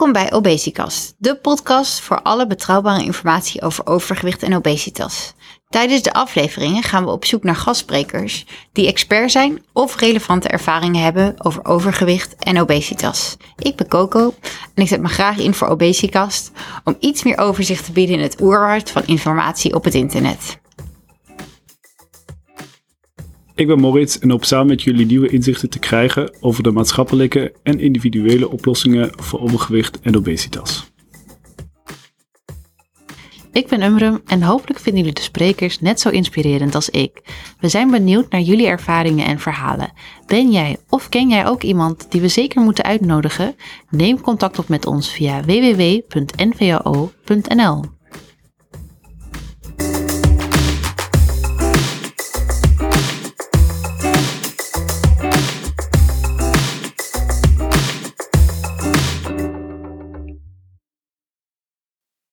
Welkom bij Obesicast, de podcast voor alle betrouwbare informatie over overgewicht en obesitas. Tijdens de afleveringen gaan we op zoek naar gastsprekers die expert zijn of relevante ervaringen hebben over overgewicht en obesitas. Ik ben Coco en ik zet me graag in voor Obesicast om iets meer overzicht te bieden in het oerwoud van informatie op het internet. Ik ben Moritz en hoop samen met jullie nieuwe inzichten te krijgen over de maatschappelijke en individuele oplossingen voor overgewicht en obesitas. Ik ben Umrum en hopelijk vinden jullie de sprekers net zo inspirerend als ik. We zijn benieuwd naar jullie ervaringen en verhalen. Ben jij of ken jij ook iemand die we zeker moeten uitnodigen? Neem contact op met ons via www.nvao.nl.